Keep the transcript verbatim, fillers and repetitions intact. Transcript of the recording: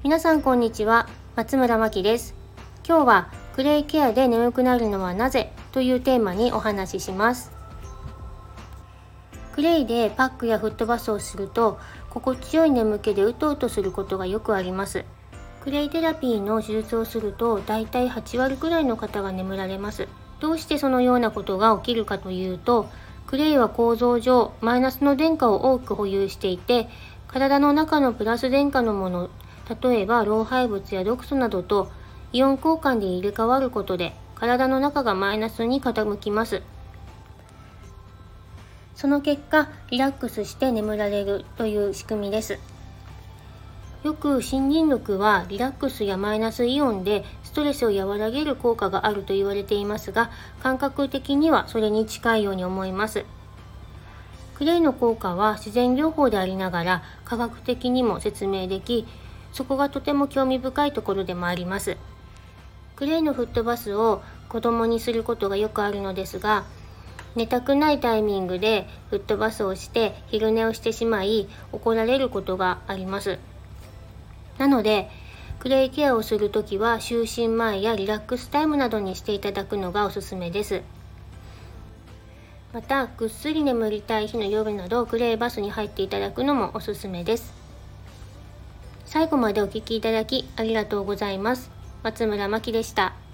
皆さんこんにちは、松村真希です。今日はクレイケアで眠くなるのはなぜというテーマにお話しします。クレイでパックやフットバスをすると心地よい眠気でうとうとすることがよくあります。クレイテラピーの手術をするとだいたいはちわりくらいの方が眠られます。どうしてそのようなことが起きるかというと、クレイは構造上マイナスの電荷を多く保有していて、体の中のプラス電荷のもの、例えば老廃物や毒素などとイオン交換で入れ替わることで体の中がマイナスに傾きます。その結果リラックスして眠られるという仕組みです。よく森林浴はリラックスやマイナスイオンでストレスを和らげる効果があると言われていますが、感覚的にはそれに近いように思います。クレイの効果は自然療法でありながら科学的にも説明でき、そこがとても興味深いところでもあります。クレイのフットバスを子供にすることがよくあるのですが、寝たくないタイミングでフットバスをして昼寝をしてしまい怒られることがあります。なのでクレイケアをするときは就寝前やリラックスタイムなどにしていただくのがおすすめです。またぐっすり眠りたい日の夜などクレイバスに入っていただくのもおすすめです。最後までお聞きいただきありがとうございます。松村真希でした。